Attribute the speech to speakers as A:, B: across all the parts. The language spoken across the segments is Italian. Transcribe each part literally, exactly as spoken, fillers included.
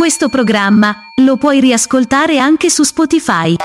A: Questo programma lo puoi riascoltare anche su Spotify.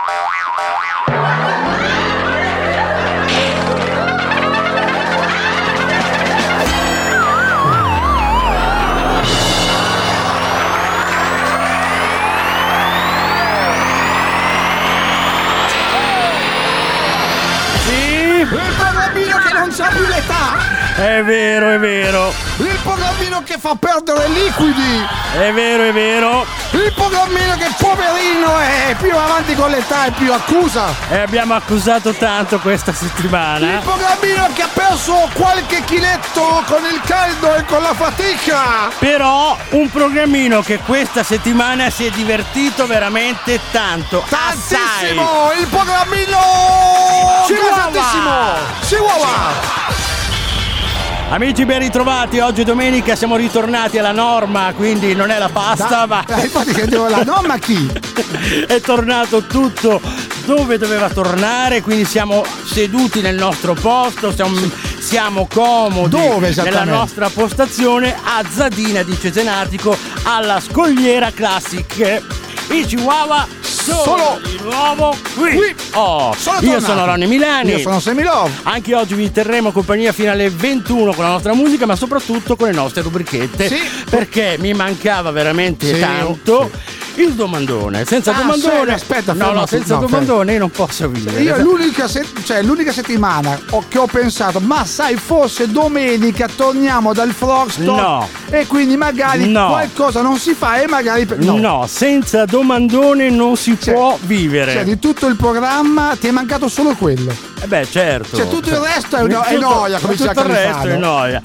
B: Il programmino che non sa più l'età.
C: È vero, è vero.
B: Il programmino che fa perdere liquidi.
C: È vero, è vero.
B: Il programmino che poverino è più avanti con l'età e più accusa.
C: E abbiamo accusato tanto questa settimana.
B: Il programmino che ha perso qualche chiletto con il caldo e con la fatica.
C: Però un programmino che questa settimana si è divertito veramente tanto.
B: Tantissimo.
C: Assai.
B: Il programmino gasatissimo. Chihuahua.
C: Amici, ben ritrovati. Oggi è domenica, siamo ritornati alla norma, quindi non è la pasta,
B: Da,
C: ma
B: eh, infatti che devo la norma chi?
C: È tornato tutto dove doveva tornare, quindi siamo seduti nel nostro posto, siamo, siamo comodi
B: dove
C: nella nostra postazione a Zadina di Cesenatico, alla Scogliera Classic. Il Chihuahua solo,
B: solo
C: di nuovo qui,
B: qui.
C: Oh,
B: sono
C: io
B: tornato.
C: sono Ronny Milani,
B: Io sono Semilov.
C: anche oggi vi terremo compagnia fino alle ventuno con la nostra musica, ma soprattutto con le nostre rubrichette,
B: sì.
C: Perché mi mancava veramente
B: sì.
C: tanto il domandone. Senza
B: ah,
C: domandone,
B: sì, aspetta,
C: no, no, senza
B: no,
C: domandone io non posso vivere.
B: Io l'unica, se- cioè, l'unica settimana ho- che ho pensato, ma sai, forse domenica torniamo dal Frogstop,
C: no.
B: E quindi magari
C: no.
B: qualcosa non si fa e magari
C: no. no, senza domandone non si
B: cioè,
C: può vivere.
B: Cioè, di tutto il programma ti è mancato solo quello.
C: Eh beh, certo.
B: Cioè, tutto il resto è, no- è
C: Tutto-
B: noia, come
C: tutto
B: diceva
C: il resto
B: Califano.
C: è noia.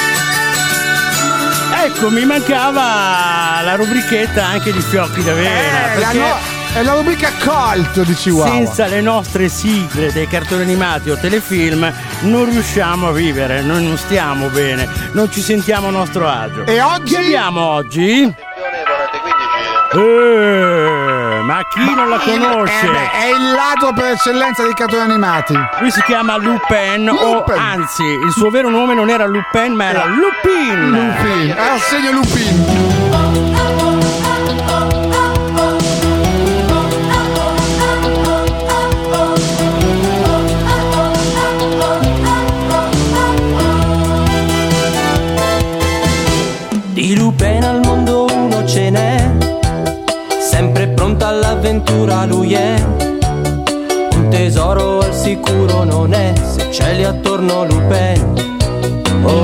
C: Ecco, mi mancava la rubrichetta anche di Fiocchi d'Avena.
B: Eh, la
C: perché
B: no- è la rubrica cult di Chihuahua.
C: senza le nostre sigle dei cartoni animati o telefilm non riusciamo a vivere, noi non stiamo bene, non ci sentiamo a nostro agio.
B: E oggi?
C: Che abbiamo oggi? Eh, ma chi non la conosce?
B: Eh, beh, è il ladro per eccellenza dei cartoni animati.
C: Lui si chiama Lupin,
B: Lupin.
C: o anzi, il suo vero nome non era Lupin, ma era Lupin.
B: Lupin, è il segno Lupin.
D: Di Lupin al mondo uno ce n'è, sempre pronta all'avventura lui è. Un tesoro al sicuro non è, se c'è lì attorno Lupin. Oh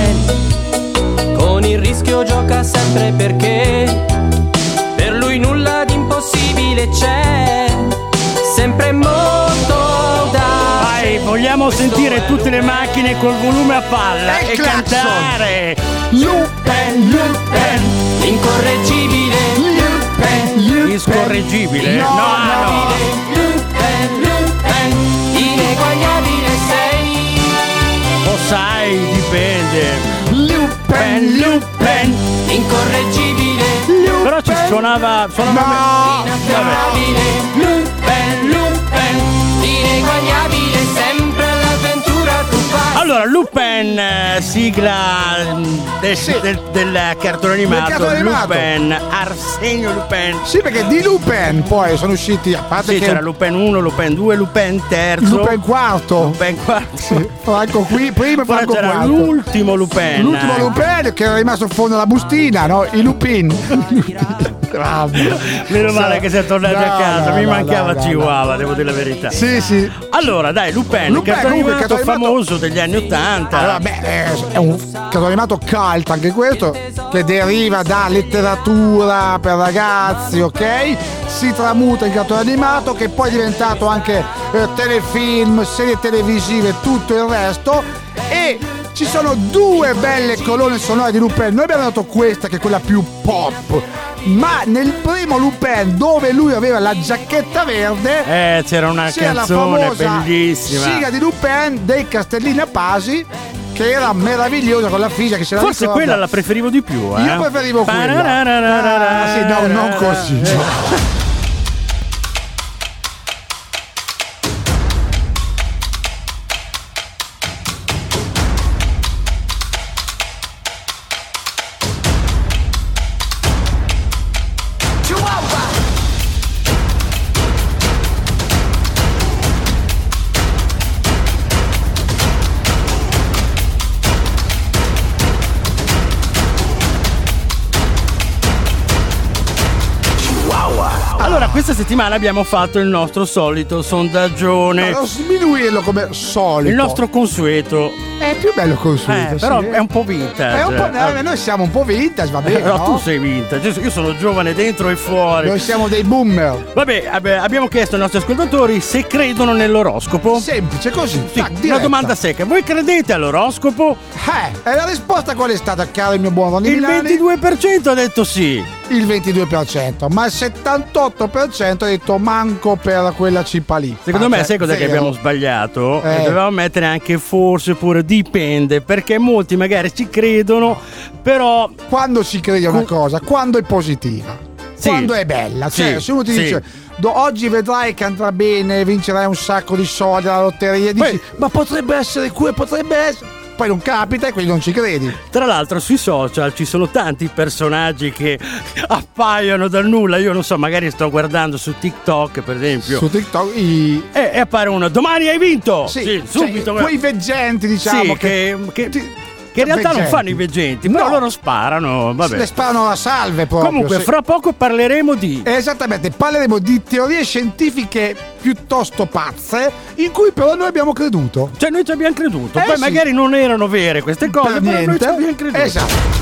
D: Lupin, con il rischio gioca sempre perché per lui nulla di impossibile c'è, sempre molto audace.
C: Vai, vogliamo sentire tutte le macchine col volume a palla
B: E
C: e
B: clacson.
C: cantare.
B: Lupin, Lupin,
D: Incorreggibile,
B: Lupin, Lupin.
C: Inscorreggibile?
B: No, no.
D: Lupin, Lupin, ineguagliabile sei.
C: O sai, dipende.
B: Lupin,
C: Lupin.
D: Incorreggibile,
C: Però ci suonava. suonava
B: No.
D: inaffidabile. Lupin, Lupin, ineguagliabile, sempre all'avventura tu fai.
C: Allora, Lupin, eh, sigla mm, de-
B: Sì.
C: del, del cartone animato.
B: cartone animato.
C: Lupin, Arsenio Lupin.
B: Sì, perché di Lupin poi sono usciti, a parte
C: Sì,
B: che
C: c'era Lupin uno, Lupin due, Lupin terzo.
B: Lupin quarto.
C: Lupin quarto.
B: Sì, Franco qui, prima e
C: Poi
B: Franco
C: c'era
B: quarto.
C: l'ultimo Lupin.
B: L'ultimo Lupin che era rimasto in fondo alla bustina, no? I Lupin. Bravo.
C: Meno male che sei tornato
B: No,
C: a casa,
B: no,
C: mi
B: no,
C: mancava
B: no, no,
C: Chihuahua, devo dire la verità.
B: Sì, sì.
C: Allora, dai, Lupin,
B: Lupin,
C: il cartone
B: comunque,
C: animato
B: cartone animato-
C: famoso degli anni Ottanta.
B: Allora, beh, eh, è un cartone animato cult anche questo, che deriva da letteratura per ragazzi, ok? Si tramuta in cartone animato, che poi è diventato anche eh, telefilm, serie televisive e tutto il resto. E ci sono due belle colonne sonore di Lupin. Noi abbiamo dato questa, che è quella più pop. Ma nel primo Lupin, dove lui aveva la giacchetta verde,
C: Eh, c'era una
B: c'era la
C: canzone
B: famosa
C: bellissima.
B: sigla di Lupin dei Castellini a Pasi, che era meravigliosa con la figlia che se la
C: Forse
B: ricorda.
C: quella la preferivo di più, eh.
B: Io preferivo quella. Ah, sì, no, non così.
C: Allora, questa settimana abbiamo fatto il nostro solito sondaggione.
B: No, non sminuirlo come solito.
C: Il nostro consueto.
B: È più bello consueto.
C: Eh, però
B: sì.
C: è un po' vintage.
B: È un po', eh, noi siamo un po' vintage, va bene.
C: Però
B: no?
C: tu sei vintage, io sono giovane dentro e fuori.
B: Noi siamo dei boomer.
C: Vabbè, abbiamo chiesto ai nostri ascoltatori se credono nell'oroscopo.
B: Semplice così.
C: Sì,
B: tac,
C: una
B: diretta.
C: domanda secca. Voi credete all'oroscopo?
B: Eh, e la risposta qual è stata, caro il mio buon Ronny
C: Il
B: Milani?
C: ventidue per cento ha detto sì.
B: Il ventidue per cento, ma il settantotto per cento ha detto manco per quella cipa lì.
C: Secondo
B: ah,
C: me,
B: cioè,
C: sai cos'è
B: zero.
C: che abbiamo sbagliato?
B: Eh.
C: Dovevamo mettere anche forse pure dipende, perché molti magari ci credono, però
B: Quando si crede a una cosa, quando è positiva,
C: Sì.
B: quando è bella, cioè
C: Sì,
B: se uno ti
C: sì.
B: dice "Do- oggi vedrai che andrà bene, vincerai un sacco di soldi alla lotteria", dici
C: Poi-
B: ma potrebbe essere qui, potrebbe essere, poi non capita e quindi non ci credi.
C: tra l'altro sui social ci sono tanti personaggi che appaiono dal nulla. Io non so, magari sto guardando su TikTok per esempio
B: Su TikTok i
C: e, e appare uno "domani hai vinto".
B: sì,
C: Sì,
B: cioè,
C: subito.
B: quei veggenti, diciamo,
C: Sì, che, che-
B: ti-
C: che in realtà non
B: veggenti.
C: fanno i veggenti, però
B: No.
C: loro sparano, vabbè.
B: le sparano a salve proprio.
C: Comunque
B: sì.
C: fra poco parleremo di
B: Esattamente, parleremo di teorie scientifiche piuttosto pazze in cui però noi abbiamo creduto.
C: Cioè noi ci abbiamo creduto,
B: Eh,
C: poi
B: sì.
C: magari non erano vere queste cose,
B: Per
C: però noi
B: niente.
C: ci abbiamo creduto.
B: Esatto.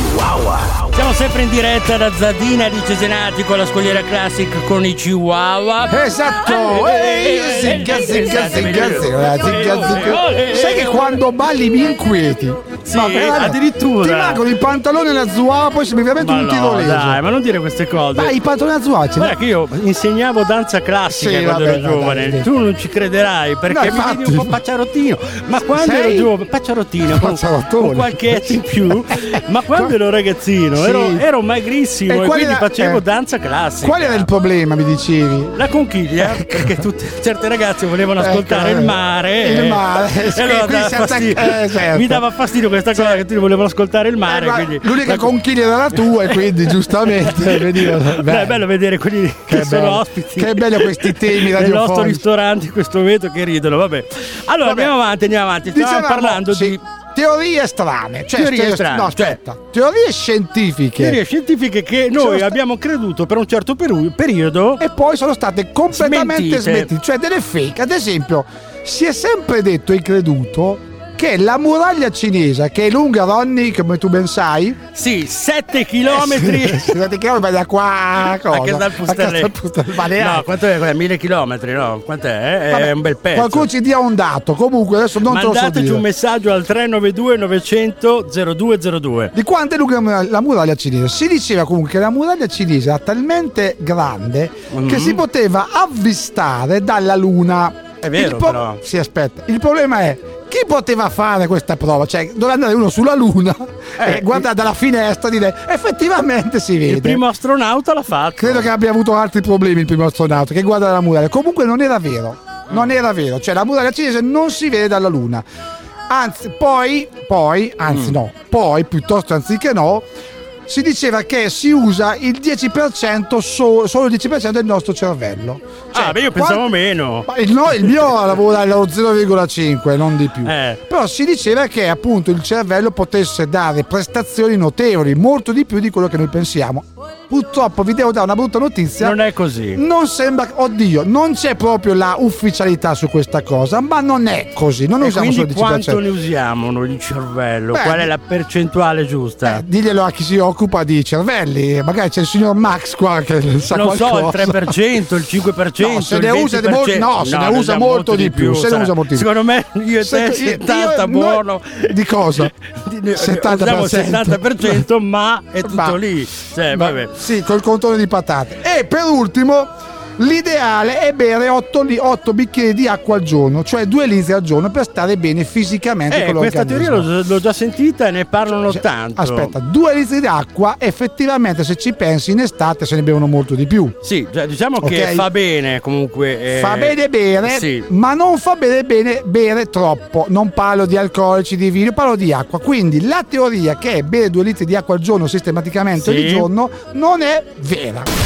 C: Siamo sempre in diretta da Zadina di Cesenati con la scogliera classic con i Chihuahua.
B: Esatto. Ehi, zigga, zigga, zigga, zigga, zigga, zigga. Sai che quando balli mi inquieti?
C: Sì,
B: Ma veramente,
C: addirittura.
B: Ti rimangono i pantaloni e la zuava, poi sembri veramente
C: Ma
B: un
C: no,
B: tirolese.
C: dai, ma non dire queste cose.
B: Dai, i pantaloni a zuava ce
C: Guarda
B: li-
C: che io insegnavo danza classica
B: Sì,
C: quando
B: vabbè,
C: ero
B: vabbè,
C: giovane.
B: dai.
C: Tu non ci crederai perché
B: No,
C: mi
B: infatti.
C: vedi un po' pacciarottino. Ma quando
B: Sei?
C: ero giovane, pacciarottino con,
B: Pacciarottone.
C: con qualche etto in più. Ma quando ero ragazzino
B: Sì.
C: ero, ero magrissimo
B: E
C: e,
B: qual
C: quindi
B: era-
C: facevo
B: eh.
C: danza classica.
B: Qual era il problema, mi dicevi?
C: La conchiglia, perché tutte, certe ragazze volevano ascoltare
B: Ecco,
C: il mare.
B: il mare,
C: e
B: sì,
C: allora
B: qui
C: dava
B: si attacca-
C: fastidio.
B: eh, certo.
C: Mi dava fastidio questa cosa che tutti volevano ascoltare il mare.
B: Eh, ma
C: quindi,
B: l'unica
C: la-
B: conchiglia era la tua e quindi giustamente veniva.
C: Beh, è bello vedere quelli che,
B: Che
C: sono
B: bello.
C: ospiti.
B: Che bello questi temi
C: nel nostro
B: radiofonici.
C: ristorante in questo momento che ridono. Vabbè. Allora
B: Vabbè.
C: andiamo avanti, andiamo avanti. Stavamo
B: Dicevamo,
C: parlando
B: sì,
C: di
B: teorie strane, cioè
C: Teorie
B: teorie-
C: strane,
B: no,
C: cioè-
B: aspetta, teorie scientifiche
C: teorie scientifiche che noi
B: Sono sta-
C: abbiamo creduto per un certo peru- periodo.
B: e poi sono state completamente
C: Smentite.
B: smentite, cioè delle fake. Ad esempio, si è sempre detto e creduto che la muraglia cinese, che è lunga, Ronny, come tu ben sai,
C: Sì, sette chilometri.
B: sette chilometri da qua a cosa?
C: Anche dal
B: A
C: Pusterle-
B: Castel Pusterle- ma neanche.
C: No, quanto è? Guarda, mille chilometri, no? Quant'è? eh? È
B: Vabbè,
C: un bel pezzo.
B: Qualcuno ci dia un dato, comunque adesso non te lo so
C: Mandateci
B: dire.
C: un messaggio al tre nove due novecento zero due zero due.
B: Di quanto è lunga la muraglia cinese? Si diceva comunque che la muraglia cinese era talmente grande
C: Mhm.
B: che si poteva avvistare dalla Luna.
C: È vero,
B: Il pro-
C: però.
B: Sì, aspetta. Il problema è chi poteva fare questa prova? Cioè, doveva andare uno sulla Luna
C: Eh,
B: e guardare dalla finestra e dire effettivamente si vede.
C: Il primo astronauta l'ha fatto.
B: Credo che abbia avuto altri problemi il primo astronauta che guarda la muraglia. Comunque non era vero. Non era vero. Cioè la muraglia cinese non si vede dalla Luna. Anzi, poi, poi, anzi
C: Mm.
B: no, poi, piuttosto anziché no, si diceva che si usa il dieci per cento, so- solo il dieci per cento del nostro cervello. Cioè,
C: Ah, beh, io pensavo
B: quant-
C: meno.
B: Ma il, no, il mio lavora allo zero virgola cinque, non di più.
C: Eh.
B: Però si diceva che appunto il cervello potesse dare prestazioni notevoli, molto di più di quello che noi pensiamo. Purtroppo vi devo dare una brutta notizia.
C: Non è così.
B: Non sembra, oddio, non c'è proprio la ufficialità su questa cosa, ma non è così. Non
C: E
B: usiamo solo
C: quindi
B: il dieci per cento.
C: quanto ne usiamo noi di cervello?
B: Beh,
C: Qual è la percentuale giusta?
B: Eh, diglielo a chi si occupa di cervelli, magari c'è il signor Max qua che sa
C: non
B: qualcosa.
C: so, il tre per cento, il cinque per cento,
B: No, se
C: il
B: ne usa
C: venti per cento.
B: molto- no, se ne usa molto di più, se ne
C: sarà.
B: usa molto di più.
C: Secondo me io e te
B: Se- io-
C: settanta
B: io-
C: buono.
B: Di cosa?
C: Di- di-
B: settanta per
C: usiamo il
B: cento.
C: settanta per cento, ma è tutto
B: Ma-
C: lì. Cioè,
B: Ma-
C: vabbè.
B: Sì, col contone di patate. E per ultimo, l'ideale è bere otto bicchieri di acqua al giorno, cioè due litri al giorno per stare bene fisicamente
C: Eh,
B: con
C: questa
B: l'organismo.
C: teoria l'ho, l'ho già sentita e ne parlano
B: Cioè,
C: tanto.
B: Aspetta, due litri di acqua effettivamente se ci pensi in estate se ne bevono molto di più.
C: Sì, già- diciamo che
B: Ok.
C: fa bene comunque. eh,
B: Fa bene bere,
C: Sì.
B: ma non fa bene bene bere troppo. Non parlo di alcolici, di vino, parlo di acqua. Quindi la teoria che bere due litri di acqua al giorno sistematicamente
C: Sì.
B: ogni giorno non è vera.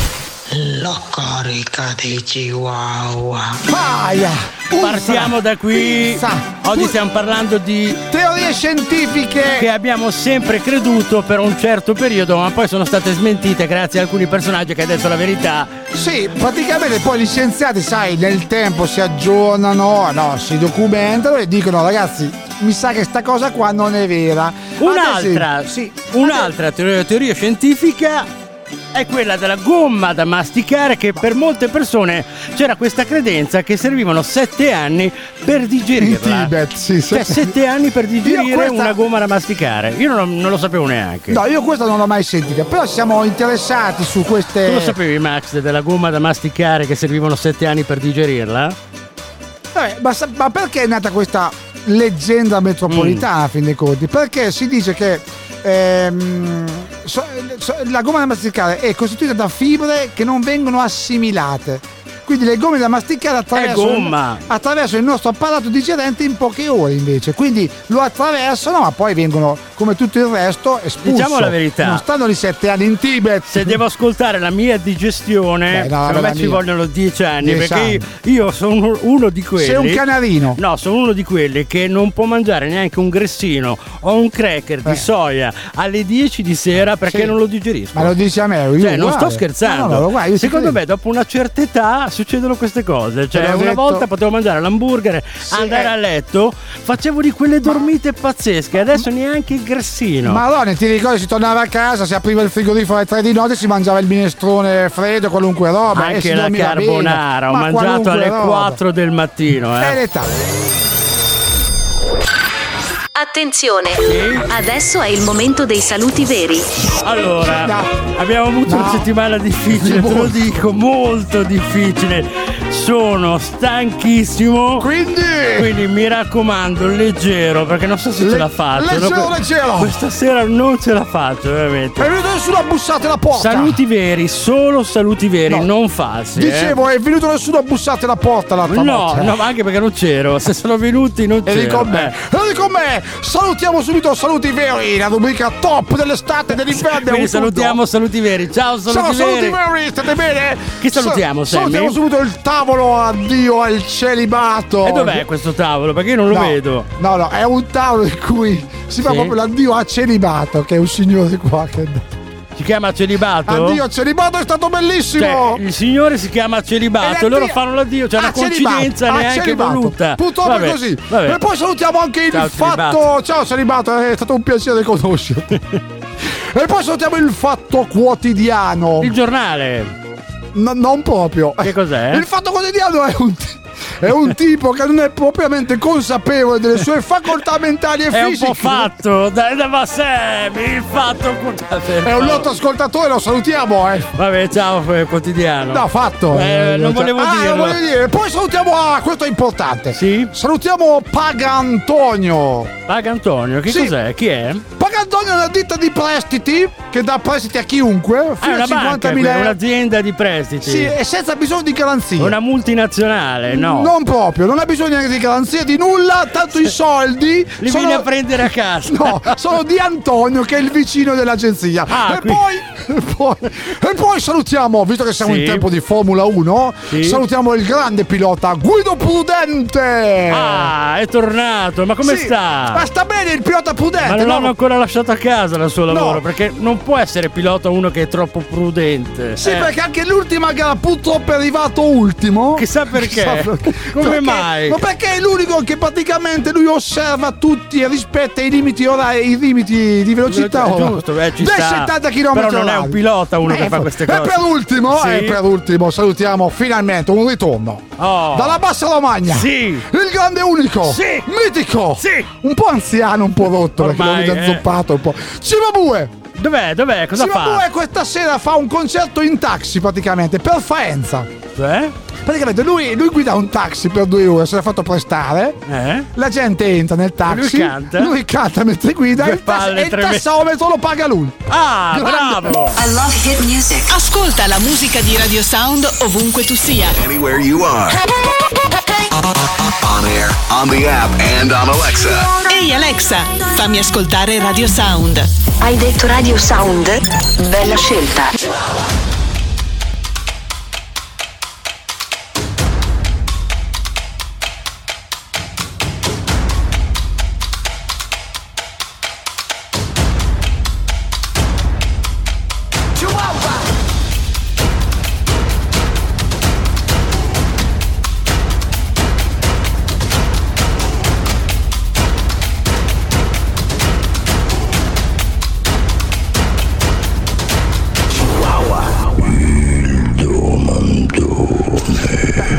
E: La carica dei Chihuahua.
B: Paia!
C: Partiamo da qui.
B: Uffa.
C: Oggi stiamo parlando di
B: teorie scientifiche
C: che abbiamo sempre creduto per un certo periodo, ma poi sono state smentite grazie a alcuni personaggi che hanno detto la verità.
B: Sì, praticamente poi gli scienziati, sai, nel tempo si aggiornano, no, si documentano e dicono: ragazzi, mi sa che sta cosa qua non è vera.
C: Un'altra,
B: sì,
C: un'altra teoria, teoria scientifica è quella della gomma da masticare, che per molte persone c'era questa credenza che servivano sette anni per digerirla.
B: In Tibet, sì, sì.
C: Cioè sette anni per digerire
B: questa...
C: una gomma da masticare. Io non, non lo sapevo neanche.
B: No, io questa non l'ho mai sentita, però siamo interessati su queste...
C: Tu lo sapevi, Max, della gomma da masticare che servivano sette anni per digerirla?
B: Vabbè, ma, ma perché è nata questa leggenda metropolitana, mm. a fin dei conti? Perché si dice che ehm, so, so, la gomma da masticare è costituita da fibre che non vengono assimilate. Quindi le gomme da masticare attraversano, attraverso il nostro apparato digerente in poche ore invece. Quindi lo attraversano, ma poi vengono, come tutto il resto, espulso.
C: Diciamo la verità.
B: Non stanno lì sette anni in Tibet.
C: Se devo ascoltare la mia digestione,
B: Beh, no,
C: per me
B: ci
C: mia. vogliono dieci anni.
B: dieci
C: perché
B: anni.
C: Io, io sono uno di quelli.
B: Sei un canarino.
C: No, sono uno di quelli che non può mangiare neanche un grissino o un cracker
B: eh.
C: di soia alle dieci di sera perché
B: sì.
C: non lo digerisco.
B: Ma lo dici a me? Io
C: cioè, non
B: uguale.
C: sto scherzando.
B: No, no, no, guarda,
C: Secondo me, dopo una certa età succedono queste cose. Cioè, una
B: detto...
C: volta potevo mangiare l'hamburger,
B: sì,
C: andare
B: eh.
C: a letto, facevo di quelle dormite ma... pazzesche. Adesso neanche il grissino.
B: Madonna, ti ricordi, si tornava a casa, si apriva il frigorifero alle tre di notte, si mangiava il minestrone freddo, qualunque roba.
C: Anche
B: e
C: la carbonara, bene. Ho mangiato alle roba. quattro del mattino. Eh.
B: È l'età.
A: Attenzione,
C: sì?
A: Adesso è il momento dei saluti veri.
C: Allora,
B: no.
C: abbiamo avuto no. una settimana difficile, te lo dico, molto difficile. Sono stanchissimo.
B: Quindi?
C: Quindi mi raccomando, leggero, perché non so se Le- ce la faccio.
B: Leggero,
C: no?
B: leggero.
C: Questa sera non ce la faccio, veramente.
B: È venuto nessuno a bussarti alla porta.
C: Saluti veri, solo saluti veri,
B: no.
C: non falsi.
B: Dicevo,
C: eh.
B: è venuto nessuno a bussarti alla porta l'altra
C: no,
B: notte.
C: No, anche perché non c'ero. Se sono venuti non c'ero.
B: Eri con me.
C: Eh.
B: Eri con me. Salutiamo subito Saluti Veri, la rubrica top dell'estate e dell'inverno.
C: Quindi salutiamo Saluti Veri. Ciao Saluti
B: Ciao,
C: Veri.
B: Saluti Veri, state bene?
C: Chi salutiamo,
B: Sa-
C: Sammy?
B: Salutiamo subito il tavolo addio al celibato.
C: E dov'è questo tavolo? Perché io non lo
B: no,
C: vedo.
B: No, no, è un tavolo in cui si fa
C: sì?
B: proprio l'addio a celibato, che è un signore qua che...
C: Si chiama celibato?
B: Addio celibato, è stato bellissimo.
C: Cioè, il signore si chiama celibato e loro fanno l'addio. C'è una coincidenza neanche
B: celibato.
C: voluta.
B: Purtroppo
C: vabbè,
B: è così.
C: Vabbè.
B: E poi salutiamo anche il
C: Ciao,
B: fatto
C: celibato.
B: Ciao celibato, è stato un piacere conoscerti. E poi salutiamo il Fatto Quotidiano.
C: Il giornale.
B: No, non proprio.
C: Che cos'è?
B: Il Fatto Quotidiano è un È un tipo che non è propriamente consapevole delle sue facoltà mentali e
C: è
B: fisiche.
C: È un po' fatto, dai, da ma Sammy, il Fatto Quotidiano.
B: È un nostro ascoltatore, lo salutiamo, eh.
C: Vabbè, ciao Quotidiano.
B: No, fatto.
C: Eh, non volevo
B: ah,
C: dirlo.
B: non volevo dire. Poi salutiamo, ah, questo è importante.
C: Sì?
B: Salutiamo Paga Antonio.
C: Paga Antonio, che
B: sì.
C: cos'è? Chi è?
B: Paga Antonio è una ditta di prestiti che dà prestiti a chiunque fino
C: ah,
B: a cinquantamila euro.
C: È un'azienda di prestiti.
B: Sì, e senza bisogno di garanzie.
C: Una multinazionale, no?
B: Non proprio, non ha bisogno neanche di garanzie, di nulla, tanto i soldi
C: li
B: sono...
C: vieni a prendere a casa.
B: No, sono di Antonio che è il vicino dell'agenzia.
C: Ah,
B: e,
C: qui...
B: poi, e, poi, e poi salutiamo, visto che siamo
C: sì.
B: in tempo di Formula uno,
C: sì.
B: salutiamo il grande pilota Guido Prudente.
C: Ah, è tornato, ma come
B: sì,
C: sta?
B: Ma sta bene il pilota Prudente.
C: Ma non
B: no?
C: l'hanno ancora lasciato a casa dal suo lavoro,
B: no.
C: perché non può essere pilota uno che è troppo prudente.
B: Sì,
C: eh.
B: perché anche l'ultima gara purtroppo è arrivato ultimo.
C: Chissà perché.
B: Chissà perché.
C: Come
B: perché,
C: mai?
B: Ma perché è l'unico che praticamente lui osserva tutti e rispetta i limiti orari, i limiti di velocità.
C: Giusto, eh, ci
B: dei
C: sta.
B: settanta chilometri
C: Però non è un pilota uno
B: eh,
C: che fa queste cose.
B: E per ultimo, sì. e per ultimo salutiamo finalmente un ritorno.
C: Oh.
B: Dalla Bassa Romagna.
C: Sì.
B: Il grande unico.
C: Sì.
B: Mitico.
C: Sì.
B: Un po' anziano, un po' rotto,
C: ormai,
B: perché l'ho
C: eh.
B: zoppato un po'. Cimabue.
C: Dov'è? Dov'è? Cosa fa?
B: Cimabue questa sera fa un concerto in taxi praticamente per Faenza.
C: Cioè?
B: Praticamente lui, lui guida un taxi per due ore, se l'ha fatto prestare.
C: Eh?
B: La gente entra nel taxi.
C: Lui canta.
B: Lui canta mentre guida
C: Due
B: e il, tass-
C: palle,
B: e il
C: tre
B: tassometro lo paga lui.
C: Ah,
B: Grande.
C: bravo!
F: I love hit music. Ascolta la musica di Radio Sound ovunque tu sia.
G: Anywhere you are. On air, on the app and on Alexa.
F: Ehi Alexa, fammi ascoltare Radio Sound.
A: Hai detto Radio Sound? Bella scelta.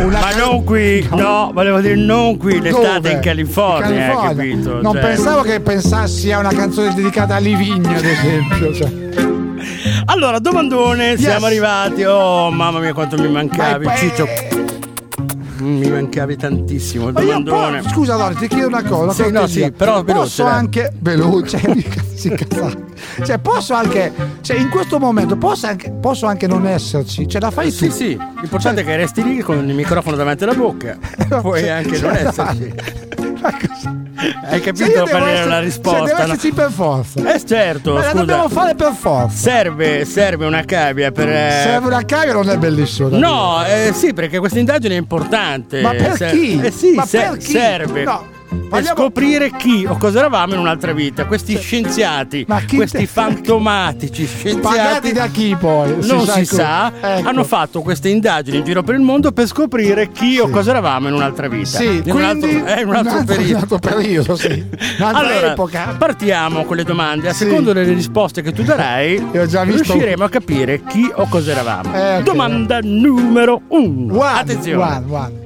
B: una
C: Ma
B: can-
C: non qui, no. no, volevo dire non qui, l'estate
B: Dove?
C: in California,
B: In California.
C: hai capito?
B: Non
C: Cioè-
B: pensavo che pensassi a una canzone dedicata a Livigno, ad esempio. Cioè.
C: Allora, domandone,
B: Yes.
C: siamo arrivati. Oh, mamma mia, quanto mi mancavi,
B: Vai,
C: Ciccio.
B: eh.
C: Mm, Mi mancavi tantissimo il
B: Ma io
C: domandone.
B: po- scusa, Dori, ti chiedo una cosa. una
C: Sì, no,
B: cortesia.
C: sì, però veloce,
B: Posso
C: dai.
B: anche. Veloce, si cazzato. Cioè, posso anche. Cioè, in questo momento posso anche, posso anche non esserci. Cioè, la fai
C: Sì,
B: tu.
C: sì, l'importante è che resti lì con il microfono davanti alla bocca. Puoi
B: Cioè,
C: anche
B: cioè,
C: non
B: no.
C: esserci.
B: Ma cosa?
C: Hai
B: Se
C: capito
B: io devo
C: qual era
B: essere-
C: la
B: cioè,
C: risposta?
B: devo
C: no?
B: esserci per forza.
C: Eh certo,
B: Ma la
C: scusa.
B: dobbiamo fare per forza.
C: Serve, serve una cavia per. eh,
B: Serve una cavia, non è bellissimo. da
C: No, eh, sì, perché questa indagine è importante.
B: Ma per
C: Se-
B: chi?
C: Eh sì,
B: Ma
C: se-
B: per chi?
C: serve.
B: No.
C: Per
B: Vogliamo-
C: scoprire chi o cosa eravamo in un'altra vita. Questi scienziati,
B: ma chi
C: questi
B: te-
C: fantomatici
B: dire. Pagati
C: scienziati.
B: da chi poi?
C: Non si
B: come.
C: sa,
B: Ecco.
C: hanno fatto queste indagini in giro per il mondo per scoprire chi o cosa eravamo in un'altra vita.
B: Sì,
C: in un altro,
B: quindi
C: eh, in un altro
B: in un
C: periodo.
B: altro periodo, sì. Un'altra
C: Allora,
B: epoca.
C: partiamo con le domande. A
B: Sì.
C: secondo delle risposte che tu darai,
B: Io ho già visto-
C: riusciremo a capire chi o cosa eravamo.
B: Eh, ok.
C: Domanda numero uno.
B: One,
C: Attenzione.
B: one, one.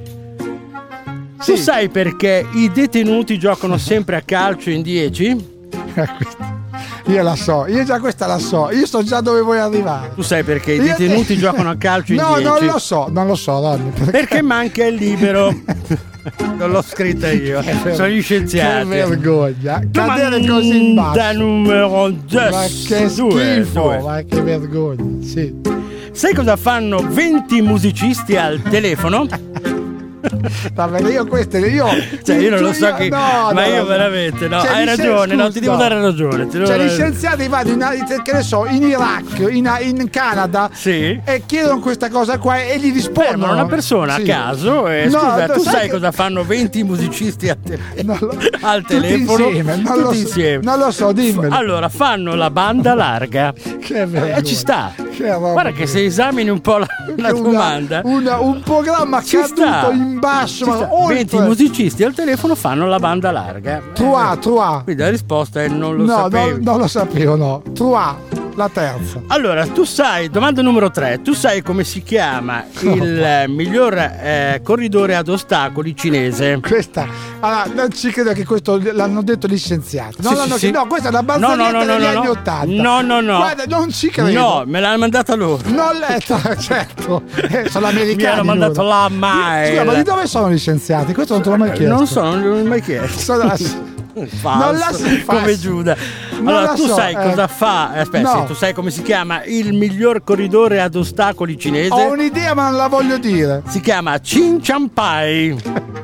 C: Tu
B: Sì.
C: sai perché i detenuti giocano sempre a calcio in dieci?
B: Eh, questa- Io la so, io già questa la so, io so già dove vuoi arrivare.
C: Tu sai perché i
B: Io-
C: detenuti giocano a calcio in
B: No,
C: dieci?
B: non lo so, non lo so, Ronny.
C: Perché manca il libero. Non l'ho scritta io, sono gli
B: Che
C: scienziati.
B: vergogna. Cadere così in
C: Domanda
B: basso.
C: numero due.
B: Ma che
C: Due,
B: schifo,
C: due.
B: ma che vergogna. Sì.
C: Sai cosa fanno venti musicisti al telefono?
B: Vabbè, io queste io
C: Cioè io non lo so chi,
B: no,
C: ma
B: no,
C: io
B: no.
C: veramente no,
B: Cioè,
C: hai
B: gli scien-
C: ragione, no,
B: scusa,
C: ti devo
B: no.
C: dare ragione. Ti devo
B: Cioè, gli
C: dare-
B: scienziati vanno in, che ne so, in Iraq, in, in Canada
C: Sì.
B: e chiedono questa cosa qua e gli rispondono.
C: Fermano una persona
B: Sì.
C: a caso e
B: No,
C: scusa, tu
B: sai
C: sai
B: che-
C: cosa fanno venti musicisti al, tele-
B: Non lo-
C: al
B: tutti
C: telefono?
B: insieme, non
C: tutti
B: lo so-
C: insieme.
B: non lo so, dimmelo.
C: Allora, fanno la banda larga.
B: Che vergogna.
C: E ci sta.
B: Che roba
C: Guarda che se esamini un po' la, la
B: Una-
C: domanda,
B: una- un programma
C: ci
B: caduto
C: sta.
B: in basso,
C: Ci
B: ma
C: sta.
B: oltre.
C: venti musicisti al telefono fanno la banda larga.
B: Trois, trois.
C: Quindi la risposta è non lo
B: no,
C: sapevi.
B: no, non lo sapevo, no. Trois, la terza.
C: Allora, tu sai, domanda numero tre, tu sai come si chiama il eh, miglior eh, corridore ad ostacoli cinese?
B: Questa, allora, non ci credo che questo l'hanno detto gli scienziati. No,
C: Sì,
B: no,
C: sì,
B: no,
C: sì.
B: no, questa è una
C: No,
B: barzelletta
C: no, no, no,
B: degli
C: no,
B: anni
C: no.
B: Ottanta.
C: No, no, no.
B: Guarda, non ci credo.
C: No, me l'hanno mandata loro.
B: Non letta, certo. Eh, sono americani.
C: Mi hanno mandato
B: loro.
C: la mail.
B: Scusa, ma di dove sono gli scienziati? Questo non te l'ho mai chiesto.
C: Non so, non l'ho mai chiesto.
B: Sono-
C: Falso,
B: Non la si fa.
C: come Giuda.
B: Non
C: Allora,
B: la
C: tu
B: so,
C: sai
B: eh.
C: cosa fa? Aspetta,
B: No.
C: sì, tu sai come si chiama il miglior corridore ad ostacoli cinese?
B: Ho un'idea, ma non la voglio dire.
C: Si chiama Chin Champai.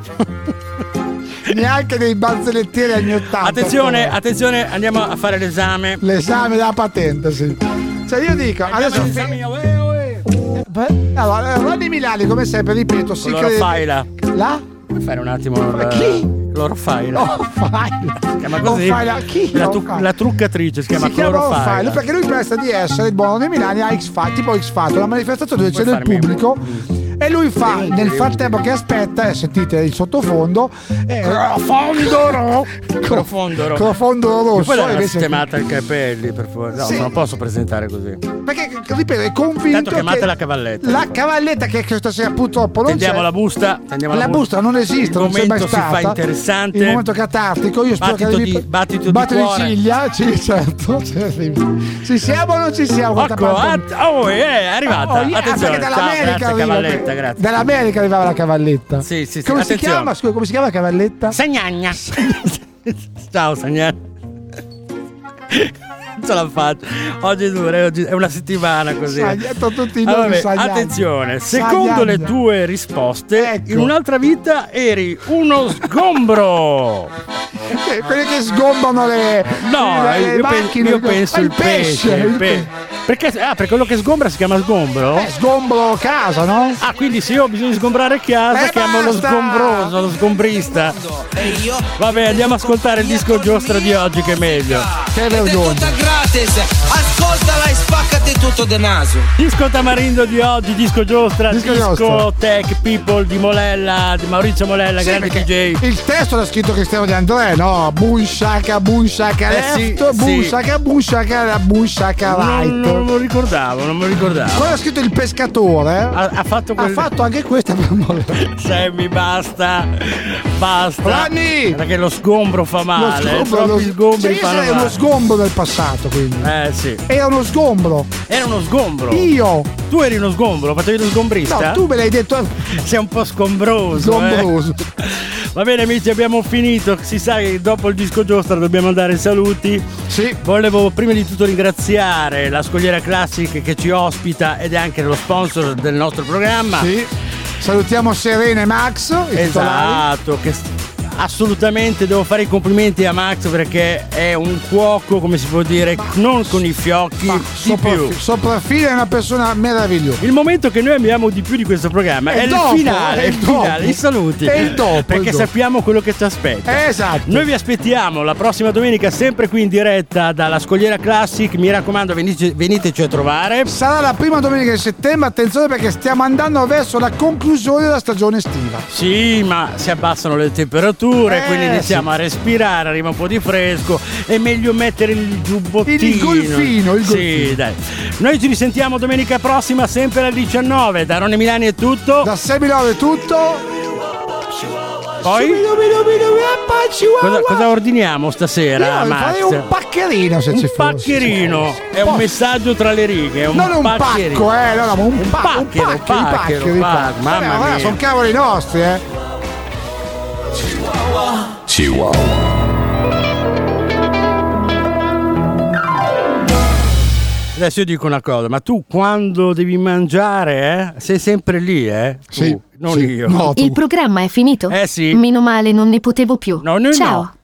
B: Neanche dei barzellettieri anni ottanta.
C: Attenzione,
B: però.
C: attenzione, andiamo a fare l'esame.
B: L'esame della patente, sì. Cioè, io dico, adesso.
C: L'esame, uè, uè.
B: Beh, allora, Ronny Milani, come sempre, ripeto, si crede.
C: Clorofaila.
B: La?
C: Puoi fare un attimo
B: Ma
C: il-
B: chi?
C: Clorofaila.
B: Oh, fai.
C: Si chiama così.
B: Oh, fai la- chi?
C: La,
B: Oh,
C: tu-
B: fai.
C: la truccatrice si chiama
B: si chiama
C: Clorofaila.
B: Onfile perché lui pensa di essere il buono dei Milani a X Factor, tipo X Factor, una manifestazione dove
C: Puoi
B: c'è del
C: farmi-
B: pubblico e lui fa nel frattempo che aspetta, e sentite il sottofondo, eh,
C: Crofondoro. Crofondoro.
B: Crofondoro
C: E
B: rosso
C: poi l'hanno
B: invece-
C: sistemata i capelli, per favore. No,
B: Sì.
C: non posso presentare così.
B: perché ripeto è convinto
C: Tanto chiamate
B: che
C: la cavalletta.
B: la cavalletta che questa sera purtroppo non
C: Tendiamo
B: c'è.
C: la busta. Tendiamo
B: La busta non esiste,
C: Il
B: non c'è mai
C: momento si
B: stata.
C: fa interessante.
B: Il momento catartico, io spero
C: Battito
B: che arrivi-
C: di- battito di
B: battito
C: cuore.
B: ciglia, sì, certo. Ci siamo o non ci siamo? Quanta
C: Ecco,
B: parte-
C: att- oh, eh, è arrivata.
B: Oh, yeah,
C: Attenzione.
B: perché
C: Ciao,
B: dall'America
C: grazie,
B: arriva-
C: cavalletta, grazie.
B: Dall'America arrivava la cavalletta.
C: Sì, sì, sì,
B: Come si
C: attenzione.
B: chiama? Scusa, come si chiama la cavalletta?
C: Sagnagna. Ciao, Sagnagna. Non ce la faccio. Oggi è dura, oggi è una settimana così.
B: Sagnetto tutti i
C: Allora,
B: nomi,
C: vabbè,
B: Sagnagna.
C: attenzione, secondo
B: Sagnagna.
C: le tue risposte,
B: Ecco.
C: in un'altra vita eri uno sgombro.
B: Eh, quelli che sgombano le,
C: No,
B: le, le
C: io, pen-
B: macchine.
C: io penso
B: Ah,
C: il pesce. il
B: il
C: pe- perché, ah, perché quello che sgombra si chiama sgombro?
B: Eh, sgombro casa, no?
C: Ah, quindi se io ho bisogno di sgombrare casa,
B: Eh,
C: chiamo lo
B: basta!
C: sgombroso, lo sgombrista. Vabbè, andiamo a ascoltare il disco giostra di oggi, che è meglio.
B: Che
H: Ed è
B: vergogna.
H: tutta gratis, ascoltala e spaccati tutto de naso.
C: Disco Tamarindo di oggi, disco giostra,
B: Disco
C: disco,
B: giostra.
C: Tech People di Molella, di Maurizio Molella,
B: Sì,
C: grande
B: perché
C: D J.
B: il testo l'ha scritto Cristiano De André, no? Boom shaka, boom shaka
C: Eh,
B: left,
C: sì,
B: boom
C: sì.
B: shaka, boom shaka, boom shaka right.
C: Non, non non me lo ricordavo, non me lo ricordavo.
B: Quello ha scritto il pescatore.
C: Ha, ha fatto quel...
B: Ha fatto anche questa.
C: Sammy, basta. Basta.
B: Vanni!
C: Perché lo sgombro fa male.
B: Lo sgombro,
C: Troppi
B: lo...
C: sgombri
B: cioè, io
C: fanno
B: sarei
C: male.
B: uno sgombro del passato, quindi.
C: Eh sì.
B: Era uno sgombro.
C: Era uno sgombro.
B: Io.
C: Tu eri uno sgombro, facevi lo sgombrista?
B: No, tu me l'hai detto.
C: Sei un po' sgombroso.
B: Sgombroso.
C: Eh? Va bene amici, abbiamo finito. Si sa che dopo il disco giostra dobbiamo dare saluti.
B: Sì.
C: Volevo prima di tutto ringraziare la Scogliera Classic che ci ospita ed è anche lo sponsor del nostro programma.
B: Sì. Salutiamo Serena e Max.
C: Esatto, che assolutamente devo fare i complimenti a Max perché è un cuoco, come si può dire, non con i fiocchi,
B: Ma
C: di
B: sopra,
C: più.
B: Sopraffine è una persona meravigliosa.
C: Il momento che noi amiamo di più di questo programma è,
B: È
C: il
B: dopo,
C: finale,
B: è
C: il
B: dopo.
C: finale, i saluti.
B: È il dopo,
C: perché
B: il dopo.
C: sappiamo quello che ci aspetta.
B: Esatto.
C: Noi vi aspettiamo la prossima domenica sempre qui in diretta dalla Scogliera Classic. Mi raccomando, venite, veniteci a trovare.
B: Sarà la prima domenica di settembre, attenzione perché stiamo andando verso la conclusione della stagione estiva.
C: Sì, ma si abbassano le temperature,
B: Eh,
C: quindi iniziamo a respirare, arriva un po' di fresco. È meglio mettere il giubbottino.
B: Il golfino, il
C: Sì,
B: golfino.
C: dai. Noi ci risentiamo domenica prossima, sempre alle diciannove. Da Ronny Milani è tutto.
B: Da Semilove è tutto.
C: Poi cosa, cosa ordiniamo stasera,
B: Io
C: Max?
B: farei un paccherino se
C: Un
B: ci fosse.
C: paccherino, è un
B: Poi-
C: messaggio tra le righe, è un
B: Non un
C: paccherino.
B: pacco, eh, no, no, ma un,
C: Un
B: pa- un
C: pacchero,
B: pacchero,
C: pacchero,
B: pacchero,
C: pacchero,
B: pacchero.
C: mamma
B: Vabbè, vabbè,
C: mia.
B: sono cavoli nostri, eh.
C: Adesso io dico una cosa, ma tu quando devi mangiare, eh? Sei sempre lì, eh? Tu,
B: Sì,
C: non
B: sì.
C: io.
B: No, tu.
I: Il programma è finito?
C: Eh sì.
I: Meno male, non ne potevo più.
C: No, noi
I: Ciao.
C: no.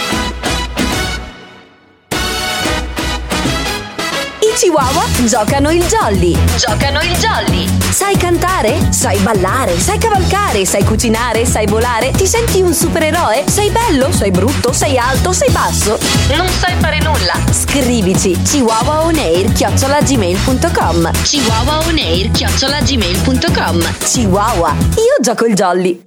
J: I Chihuahua giocano il jolly. Giocano il jolly. Sai cantare? Sai ballare? Sai cavalcare? Sai cucinare? Sai volare? Ti senti un supereroe? Sei bello? Sei brutto? Sei alto? Sei basso? Non sai fare nulla? Scrivici chihuahuaonair chiocciola gmail punto com. chihuahuaonair chiocciola gmail punto com. Chihuahua, io gioco il jolly.